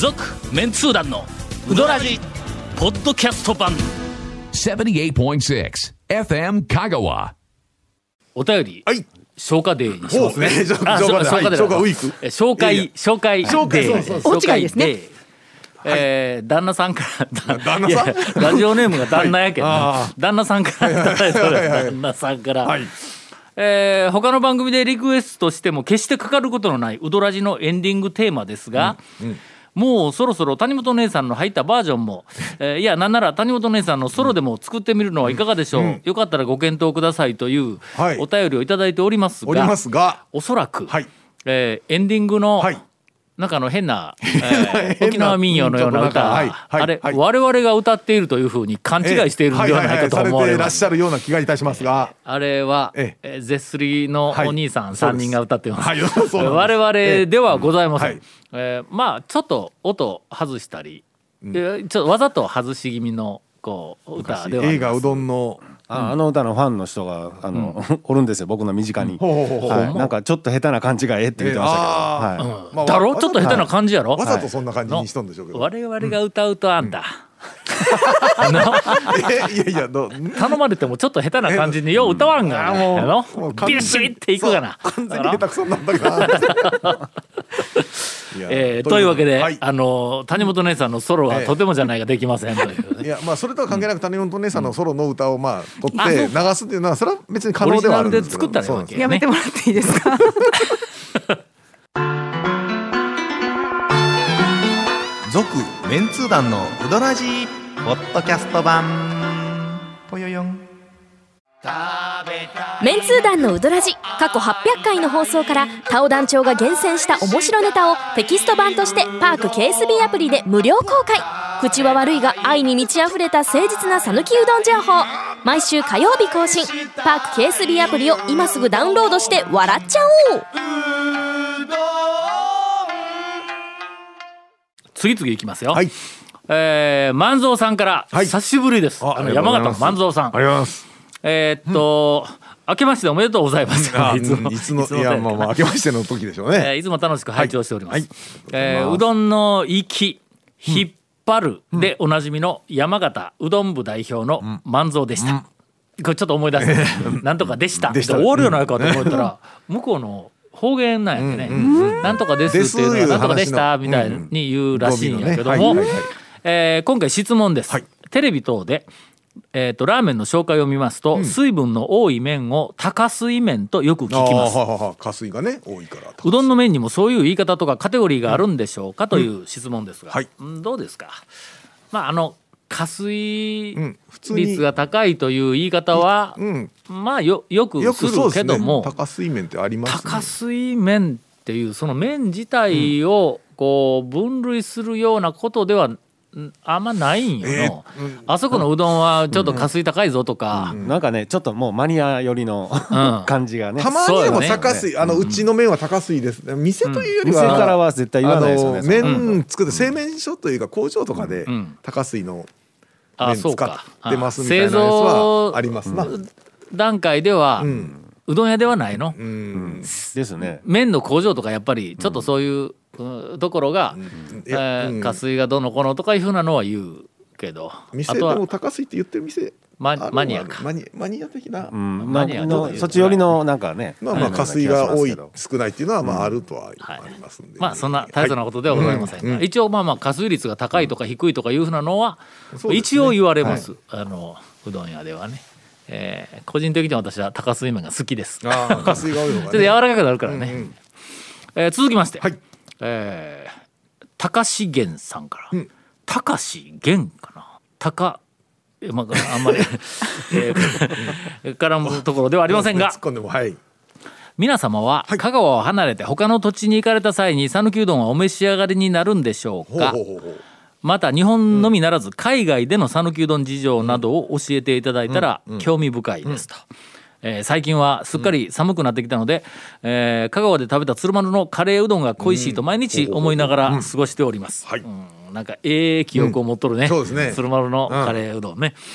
続メンツー団のウドラジポッドキャスト版 78.6 FM 香川。 お便り、 はい。 消化デーにしますね。 消化デー消化ウィーク紹介デー。 そう大違いですね。 旦那さんから旦那さんいやラジオネームが旦那やけど、旦那さんからいただいております。旦那さんから、他の番組でリクエストしても決してかかることのないウドラジのエンディングテーマですが、もうそろそろ谷本姉さんの入ったバージョンも、いやなんなら谷本姉さんのソロでも作ってみるのはいかがでしょう、よかったらご検討くださいというお便りをいただいておりますが、おそらく、エンディングの、なんか変な、沖縄民謡のような歌、あれ、我々が歌っているというふうに勘違いしているのではないかと思われます。 されていらっしゃるような気がいたしますが、 あれは、ゼスリのお兄さん3人が歌っています。我々ではございません。まあちょっと音外したり、ちょっとわざと外し気味のこう歌ではあります。 映画うどんのあの歌のファンの人がおるんですよ、僕の身近に。なんかちょっと下手な感じがって言ってましたけど、 だろ、ちょっと下手な感じやろ。 わざとそんな感じにしとんでしょうけど、我 々が歌うとあんた、 いやいや頼まれてもちょっと下手な感じによう歌わんがな、ビシッっていくがな、 完全に下手くそになったからというわけで、谷本姉さんのソロはとてもじゃないができませんというね。 いや、まあそれとは関係なく谷本姉さんのソロの歌をまあ取って流すっていうのはそれは別に可能ではあるんですけど、 オリジナルで作ったらいいわけね。 やめてもらっていいですか。 続メンツー団のウドラジポッドキャスト版ぽよよん。 メンツー団のウドラジ過去800回の放送からタオ団長が厳選した面白ネタをテキスト版としてパーク KSB アプリで無料公開。口は悪いが愛に満ち溢れた誠実な讃岐うどん情報、毎週火曜日更新。パーク KSB アプリを今すぐダウンロードして笑っちゃおう。 次々いきますよ。万蔵さんから、久しぶりです。山形の万蔵さん、ありがとうございます。明けましておめでとうございます。いつのいやまあ明けましての時でしょうね。 いつも楽しく拝聴しております。うどんの息引っ張るでおなじみの山形うどん部代表の万蔵でした。これちょっと思い出してなんとかでした終わるようないかと思ったら向こうの方言なんやってね、なんとかですっていうのはなんとかでしたみたいに言うらしいんやけども、今回質問です。テレビ等でラーメンの紹介を見ますと、水分の多い麺を高水麺とよく聞きます。 加水がね多いから。 うどんの麺にもそういう言い方とかカテゴリーがあるんでしょうか、という質問ですが、どうですか。まあ加水率が高いという言い方は、まあよくするけども、 高水麺ってありますね。 高水麺っていうその麺自体をこう分類するようなことではあんまないんよの、あそこのうどんはちょっと加水高いぞとか、 なんかねちょっともうマニア寄りの感じがね。 たまにでも高水、うちの麺は高水ですね。店というよりは、 店からは絶対言わないですよね。 麺作って製麺所というか工場とかで高水の麺使ってますみたいなやつはありますな。 段階ではうどん屋ではないの、 ですね。 麺の工場とかやっぱりちょっとそういうところが加水がどのこのとかいうふうなのは言うけど、 店でも高水って言ってる店マニアかマニア的な、 そっち寄りのなんかね、 まあ加水が多い少ないっていうのはまああるとはありますんで、 まあそんな大層なことではございませんが、一応まあ加水率が高いとか低いとかいうふうなのは一応言われます。うどん屋ではね。個人的には私は高水麺が好きです。 加水が多いのがね、 ちょっと柔らかくなるからね。続きまして、高志源さんから、高志源かな、あんまり絡むところではありませんが、皆様は香川を離れて他の土地に行かれた際に讃岐うどんはお召し上がりになるんでしょうか。また日本のみならず海外での讃岐うどん事情などを教えていただいたら興味深いですと。最近はすっかり寒くなってきたので、香川で食べた鶴丸のカレーうどんが恋しいと毎日思いながら過ごしております。なんか記憶を持っとるね、鶴丸のカレーうどんね。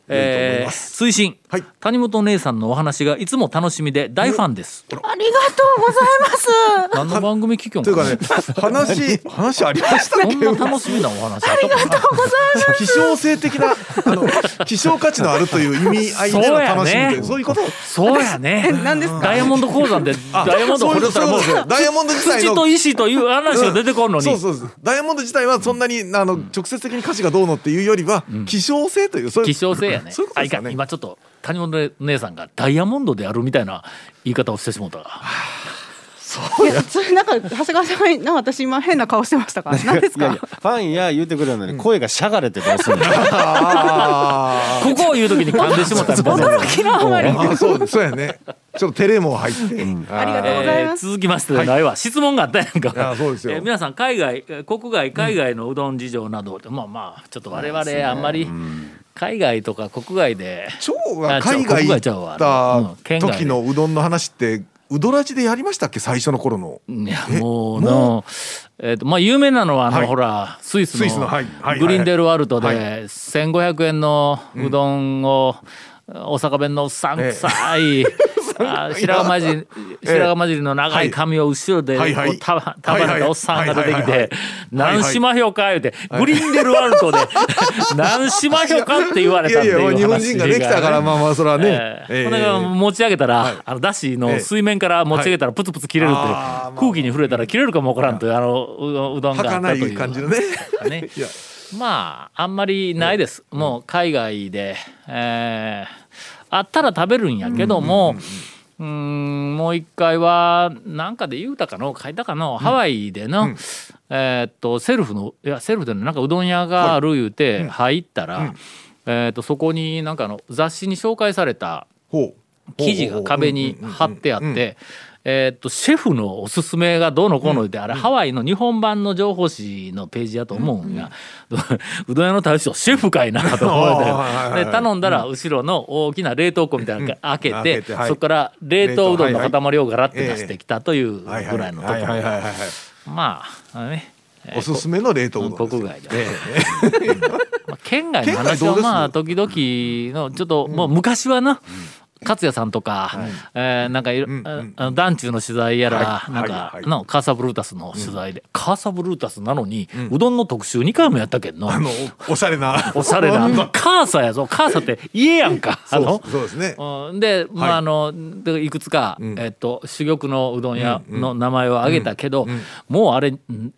推進、 はい、 谷本姉さんのお話がいつも楽しみで大ファンです。 ありがとうございます。 何の番組聞きょんかというかね話ありましたっけ。 こんな楽しみなお話ありがとうございます。 希少性的な希少価値のあるという意味合いでの楽しみというそういうこと。 そうやね。 何ですか。 ダイヤモンド鉱山でダイヤモンド掘れたらもうダイヤモンド自体の土と石という話が出てこんのに、 そうダイヤモンド自体はそんなに直接的に価値がどうのっていうよりは希少性という希少性やね。 そういうことですよね。 今ちょっと谷本姉さんがダイヤモンドであるみたいな言い方をしてしまったが。 いやそれなんか長谷川さんなんか私今変な顔してましたか。何ですか。 ファンや言うてくれるのに声がしゃがれてどうするの。ここを言うときに噛んでしまったみたいな。 驚きのあまり。 そうやね。ちょっと照れも入って、 ありがとうございます。 続きましてないわ、質問があったやんか。 そうですよ。 皆さん国外海外のうどん事情など、まあちょっと我々あんまり海外とか国外で海外行った時のうどんの話ってうどらじでやりましたっけ、最初の頃の。 いやもうのまあ有名なのはほらスイスのグリンデルワルトで1500円のうどんを大阪弁のうさんくさい白髪混じりの長い髪を後ろで束ねたおっさんが出てきて「何しまひょか」言うてグリンデルワルトで「何しまひょか」って言われたっていう話が、 日本人ができたからまあそれはね、 これが持ち上げたらだしの水面から持ち上げたらプツプツ切れるって空気に触れたら切れるかもわからんといううどんがあったという感じのね。 まああんまりないです。もう海外であったら食べるんやけども、もう一回はなんかで言うたかの書いたかの、ハワイでのセルフでなんかうどん屋がある言うて入ったら、そこになんか雑誌に紹介された記事が壁に貼ってあって、シェフのおすすめがどうのこうの言って、あれハワイの日本版の情報誌のページやと思うんが、うどん屋の大将シェフかいなと思ってで頼んだら後ろの大きな冷凍庫みたいなの開けて、そこから冷凍うどんの塊をガラッて出してきたというぐらいのところ。まあね、 おすすめの冷凍うどん国外で県外の話はまあ時々のちょっともう昔はな勝也さんとか、なんか団中の取材やら、なんかのカーサブルータスの取材で、カーサブルータスなのにうどんの特集2回もやったけんの、 おしゃれなカーサやぞ。カーサって家やんか。 そうですね。 でまあいくつか珠玉のうどん屋の名前を挙げたけど、もうあれ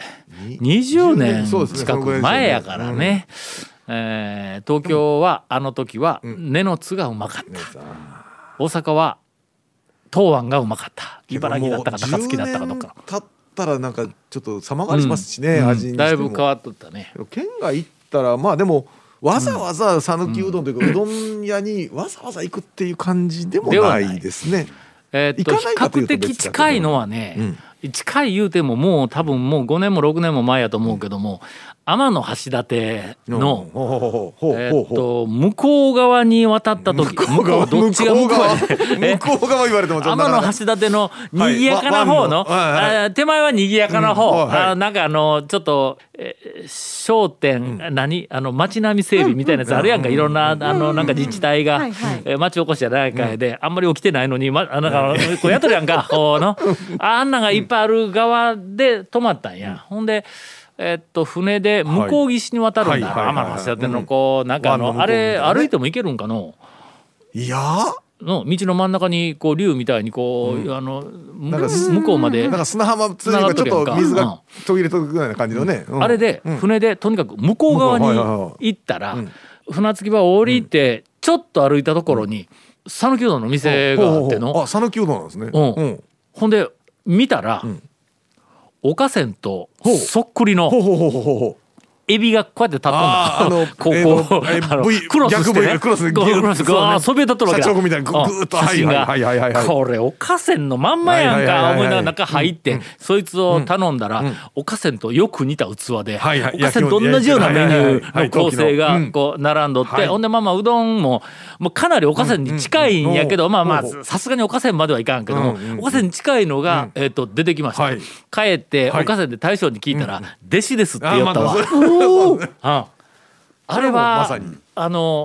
20年近く前やからね。東京はあの時は根の津がうまかった。大阪は東湾がうまかった。茨城だったか高槻だったかどっか。 経ったらなんかちょっと様変わりしますしね、味にしてもだいぶ変わっとったね。 県外行ったらまあでもわざわざ讃岐うどんというか、うどん屋にわざわざ行くっていう感じでもないですね。 比較的近いのはね、近い言うてももう多分もう5年も6年も前やと思うけども、天橋立の向こう側に渡った時、向こうどっちが向こうや向こう側言われても天橋立のにぎやかな方の手前はにぎやかな方、なんかちょっと商店町並み整備みたいなやつあるやんか。いろんななんか自治体が町おこしやないかいであんまり起きてないのになんかこうやっとるやんか。あんなんがいっぱいある側で泊まったんや。ほんで船で向こう岸に渡るんだ。天橋立のこうなんかあれ歩いても行けるんかの。 いやの道の真ん中にこう竜みたいにこう向こうまでなんか砂浜つながちょっと水が途切れとくぐらいな感じのね。 あれで船でとにかく向こう側に行ったら船着き場を降りてちょっと歩いたところに讃岐うどんの店があっての。 讃岐うどんなんですね。 ほんで見たらおかせんとそっくりのエビがこうやって立ったんだ。こうクロスしてね、クロスがそびえ立っとるわけだ。 社長みたいにグーッと写真がこれおかせんのまんまやんか思いながら中入ってそいつを頼んだらおかせんとよく似た器でおかせんと同じようなメニューの構成がこう並んどって、ほんでまあうどんもかなりおかせんに近いんやけど、まあさすがにおかせんまではいかんけどもおかせんに近いのが出てきました。帰っておかせんで大将に聞いたら弟子ですって言ったわ。あれは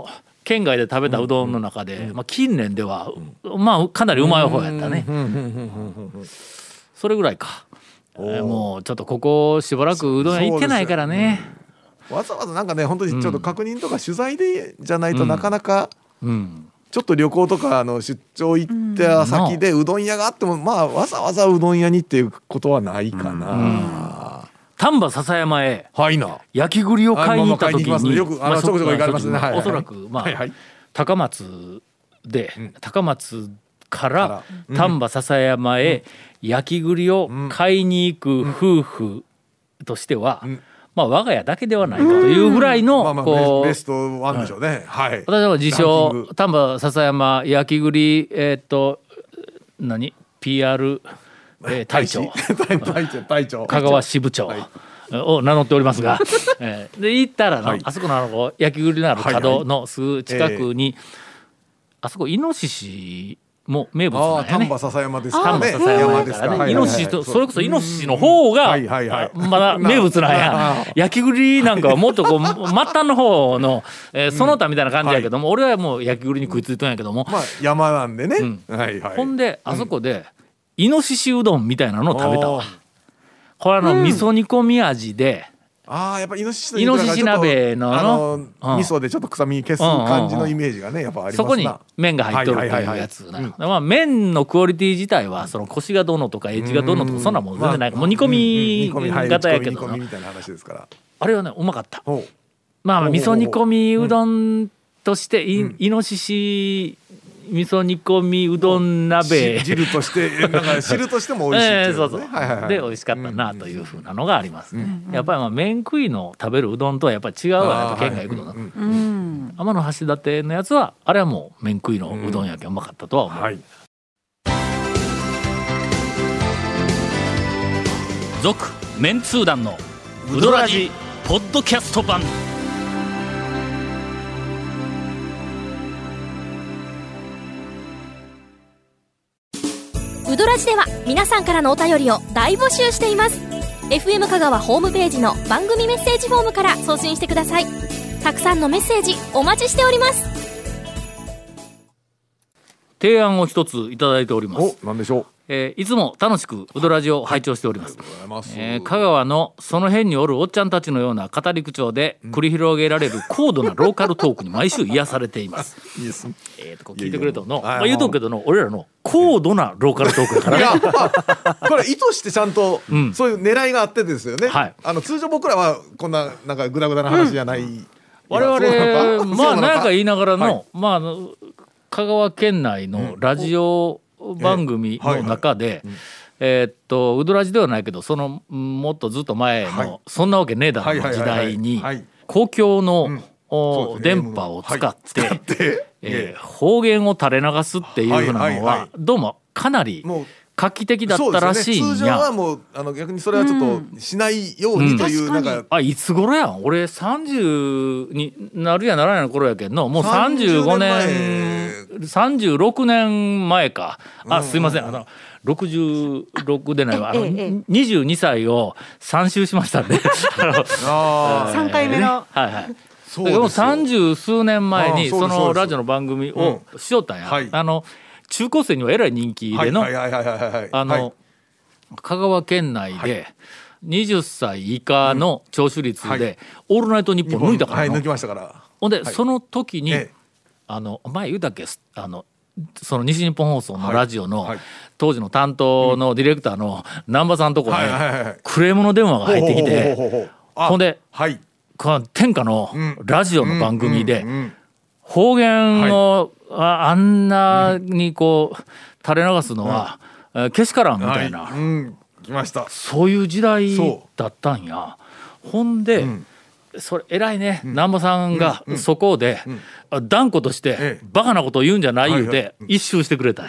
県外で食べたうどんの中で、近年では、かなりうまい方やったね。それぐらいか。もうちょっとここしばらくうどん屋行ってないからね。 わざわざなんかね本当にちょっと確認とか取材でじゃないとなかなか、ちょっと旅行とか出張行った先でうどん屋があってもわざわざうどん屋にっていうことはないかな。 丹波篠山へな焼き栗を買いに行った時によくちょこちょこ行かれますね。 おそらく高松で高松から丹波篠山へ焼き栗を買いに行く夫婦としては我が家だけではないかというぐらいのベストワンでしょうね。 私は自称丹波篠山焼き栗PR 隊長香川支部長を名乗っておりますが、で行ったらあそこの焼き栗のある角のすぐ近くにあそこイノシシも名物なんやね。 丹波篠山ですからね。 丹波篠山ですからね。イノシシとそれこそイノシシの方がまだ名物なんや。焼き栗なんかはもっとこう末端の方のその他みたいな感じやけども、俺はもう焼き栗に食いついとんやけども、 山なんでね。 ほんであそこでイノシシうどんみたいなのを食べたわ。これ味噌煮込み味で。 やっぱイノシシ鍋の味噌でちょっと臭み消す感じのイメージがねやっぱありますな。 そこに麺が入っとるというやつな。麺のクオリティ自体はそのコシがどうのとかエッジがどうのとかそんなもん全然ない。もう煮込み型やけどな。あれはねうまかった。味噌煮込みうどんとしてイノシシ味噌煮込みうどん鍋汁としてなんか汁としても美味しいっていうね。 で美味しかったなというふうなのがありますね。やっぱり麺食いの食べるうどんとはやっぱり違うわね。県外行くのな。天橋立のやつはあれはもう麺食いのうどんやけんうまかったとは思う。続メンツー団のうどらじポッドキャスト版。 うどらじでは皆さんからのお便りを大募集しています。 FM 香川ホームページの番組メッセージフォームから送信してください。たくさんのメッセージお待ちしております。 提案を一ついただいております。 何でしょう。 いつも楽しくうどらじを拝聴しております。香川のその辺におるおっちゃんたちのような語り口調で繰り広げられる高度なローカルトークに毎週癒されています。聞いてくれたの言うとくけどの俺らの高度なローカルトークだからね。 これ意図してちゃんとそういう狙いがあってですよね。通常僕らはこんななんかグダグダな話じゃない。 我々なんか言いながらの香川県内のラジオ番組の中でうどらじではないけどそのもっとずっと前のそんなわけねえだろの時代に公共の電波を使って方言を垂れ流すっていうふうなのはどうもかなり画期的だったらしいんや。 通常はもう逆にそれはちょっとしないようにというなんかいつ頃やん俺30になるやならないの頃やけんのもう35年36年前か。すいません66でないわ22歳を3周しましたんで 3回目のでも30数年前にそのラジオの番組をしよったんや。中高生にはえらい人気での香川県内で20歳以下の聴取率でオールナイトニッポン抜いたから抜きましたから。 ほんでその時に前言うたっけその西日本放送のラジオの当時の担当のディレクターの南波さんのところにクレームの電話が入ってきてほんで天下のラジオの番組で方言をあんなにこう垂れ流すのはけしからんみたいな来ましたそういう時代だったんや。ほんでそれ偉いね南波さんがそこで断固としてバカなことを言うんじゃない言うて一周してくれたん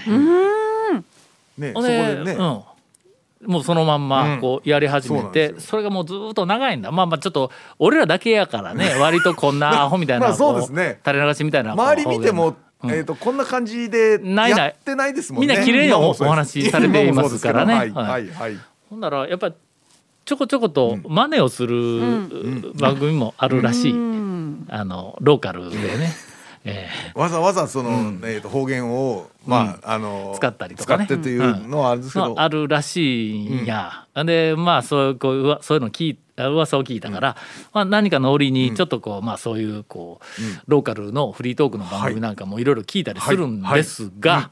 や。もうそのまんまこうやり始めてそれがもうずっと長いんだ。ちょっと俺らだけやからね割とこんなアホみたいな垂れ流しみたいな周り見てもこんな感じでやってないですもんね。 みんな綺麗にお話しされていますからね。ほんならやっぱりちょこちょこと真似をする番組もあるらしいローカルでね。 わざわざその、方言を使ったりとかね使ってっていうのはあるんですけど、 あるらしいんや。でそういうの噂を聞いたから、何かの折にちょっとそういうローカルのフリートークの番組なんかもいろいろ聞いたりするんですが、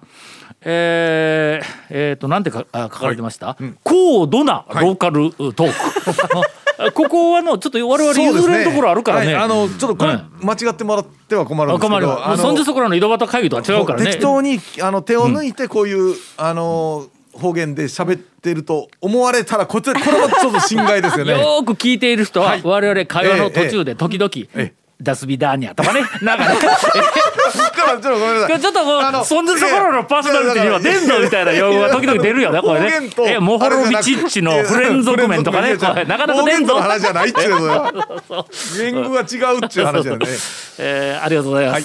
なんて書かれてました、高度なローカルトーク、ここはちょっと我々譲れるところあるからね。 ちょっとこれ間違ってもらっては困るんですけど、 そんじそこらの井戸端会議とは違うからね。 適当に手を抜いてこういう方言で喋ってると思われたらこれはちょっと心外ですよね。 よく聞いている人は我々会話の途中で時々ダスビダーニャとかね、なんかねちょっとそんじそこらのパーソナリティには出んぞみたいな用語が時々出るよね、これね。モホロビチッチのフレン族面とかね、なかなか出んぞ。 話じゃないっていうのよ。言語が違うっていう話だよね。 ありがとうございます。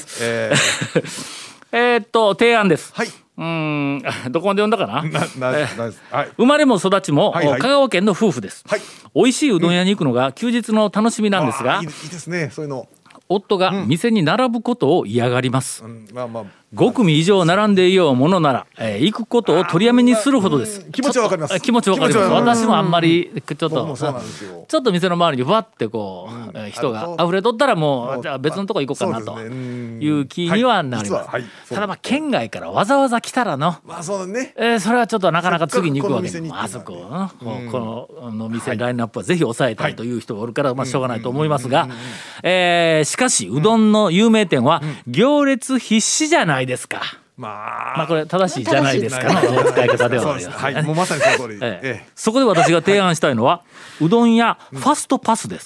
提案です。 はい。 どこまで読んだかな。生まれも育ちも香川県の夫婦です。美味しいうどん屋に行くのが休日の楽しみなんですが、 いいですね、そういうの。 夫が店に並ぶことを嫌がります。5組以上並んでいようものなら、行くことを取りやめにするほどです。 気持ちはわかります。 気持ちわかります。私もあんまりちょっと店の周りにわって人が溢れとったらもうじゃあ別のとこ行こうかなという気にはなります。ただ県外からわざわざ来たらの、それはちょっとなかなか次に行くわけで、あそここの店ラインナップはぜひ抑えたいという人がおるからしょうがないと思いますが、しかしうどんの有名店は行列必至じゃないですか。これ正しいじゃないですかの使い方ではありますね。 もうまさにその通り。 そこで私が提案したいのはうどん屋ファストパスです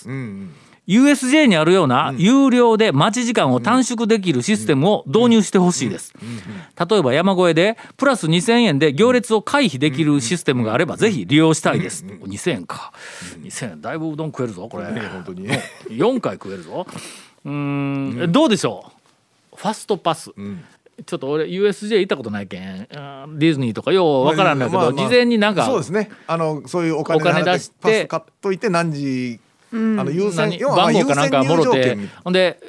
。USJ にあるような有料で待ち時間を短縮できるシステムを導入してほしいです。例えば山越えでプラス2000円で行列を回避できるシステムがあればぜひ利用したいです。2000円か。2000円だいぶうどん食えるぞこれ。本当に4回食えるぞ。どうでしょうファストパス。ちょっと俺 USJ 行ったことないけんディズニーとかよう分からんだけど、事前になんかそうですね、そういうお金出してパス買っといて何時優先番号かなんかもろて、ほんで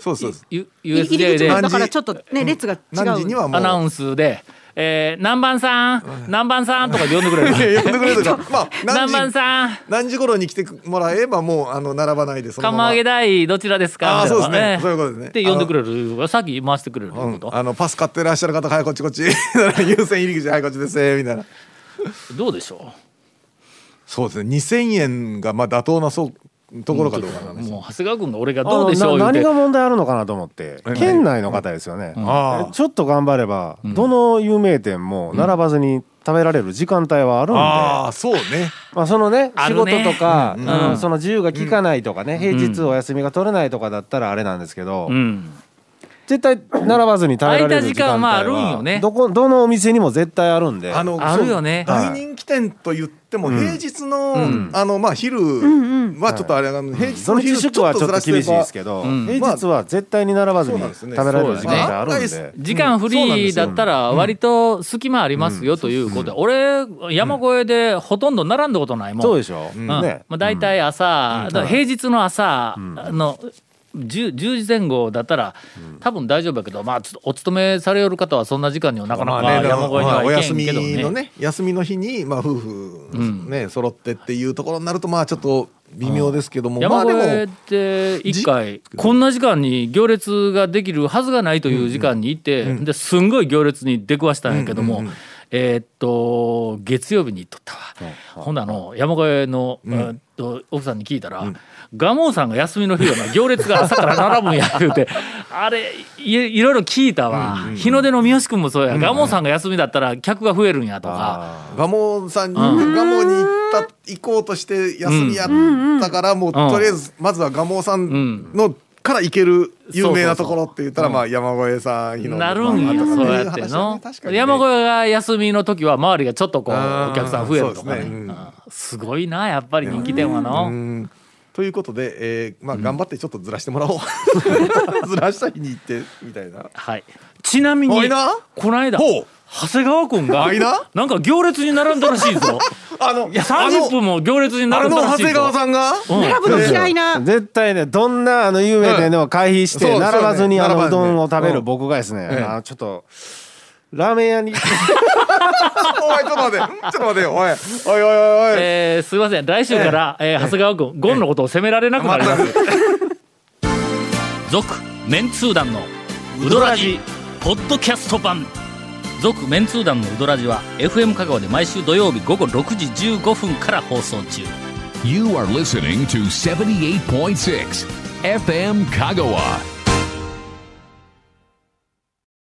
USJ でだからちょっとね列が違うアナウンスで何番さん何番さんとか呼んでくれる呼んでくれるとか、 何番さん何時頃に来てもらえばもう並ばないでそのまま釜揚げ台どちらですか。 そうですね、そういうことですね。 で呼んでくれるさっき回してくれるってこと。 パス買ってらっしゃる方、はいこっちこっち優先入り口はいこっちですみたいな。 どうでしょう。 そうですね、2000円が妥当なところかどうかなんですよ。 もう長谷川君が俺がどうでしょう言うて何が問題あるのかなと思って、県内の方ですよね。ちょっと頑張ればどの有名店も並ばずに食べられる時間帯はあるんで、 そうね、 そのね仕事とかその自由が利かないとかね、平日お休みが取れないとかだったらあれなんですけど、絶対並ばずに食べられる時間帯はあるんよね。 どのお店にも絶対あるんで、 あるよね。 大人気店と言っても平日の昼はちょっとあれ平日の昼祝はちょっと厳しいですけど、平日は絶対に並ばずに食べられる時間帯あるんで、 時間フリーだったら割と隙間ありますよということで、俺山越えでほとんど並んだことないもん。 そうでしょ。 だいたい朝平日の朝の10時前後だったら多分大丈夫だけど、ちょっとお勤めされる方はそんな時間にはなかなか山越えには行けんけどね。 休みの日に夫婦ね揃ってっていうところになるとちょっと微妙ですけども、 山越えって一回こんな時間に行列ができるはずがないという時間に行ってですんごい行列に出くわしたんやけども、月曜日に行っとったわ。ほんな山越えの奥さんに聞いたら、蒲生さんが休みの日は行列が朝から並ぶんや言うてあれいろいろ聞いたわ。日の出の三好君もそうや、蒲生さんが休みだったら客が増えるんやとか。 蒲生さんに蒲生に行こうとして休みやったから、もうとりあえずまずは蒲生さんのから行ける有名なところって言ったら山越さんなるんや。そうやっての山越が休みの時は周りがちょっとお客さん増えるとかね。すごいなやっぱり人気店はの。 ということで、頑張ってちょっとずらしてもらおうずらした日に行ってみたいな。 はい。ちなみにこの間長谷川君がなんか行列に並んだらしいぞ。いや30分も行列に並んだらしいぞ。 長谷川さんが並ぶの嫌いな。 絶対ねどんな有名店でも回避して並ばずにうどんを食べる僕がですね、ちょっとラーメン屋においちょっと待てよおいすいません来週から、長谷川君ゴンのことを責められなくなります。続メンツー団のウドラジポッドキャスト版。続メンツー団のウドラジは FM 香川で毎週土曜日午後6時15分から放送中。 You are listening to 78.6 FM 香川。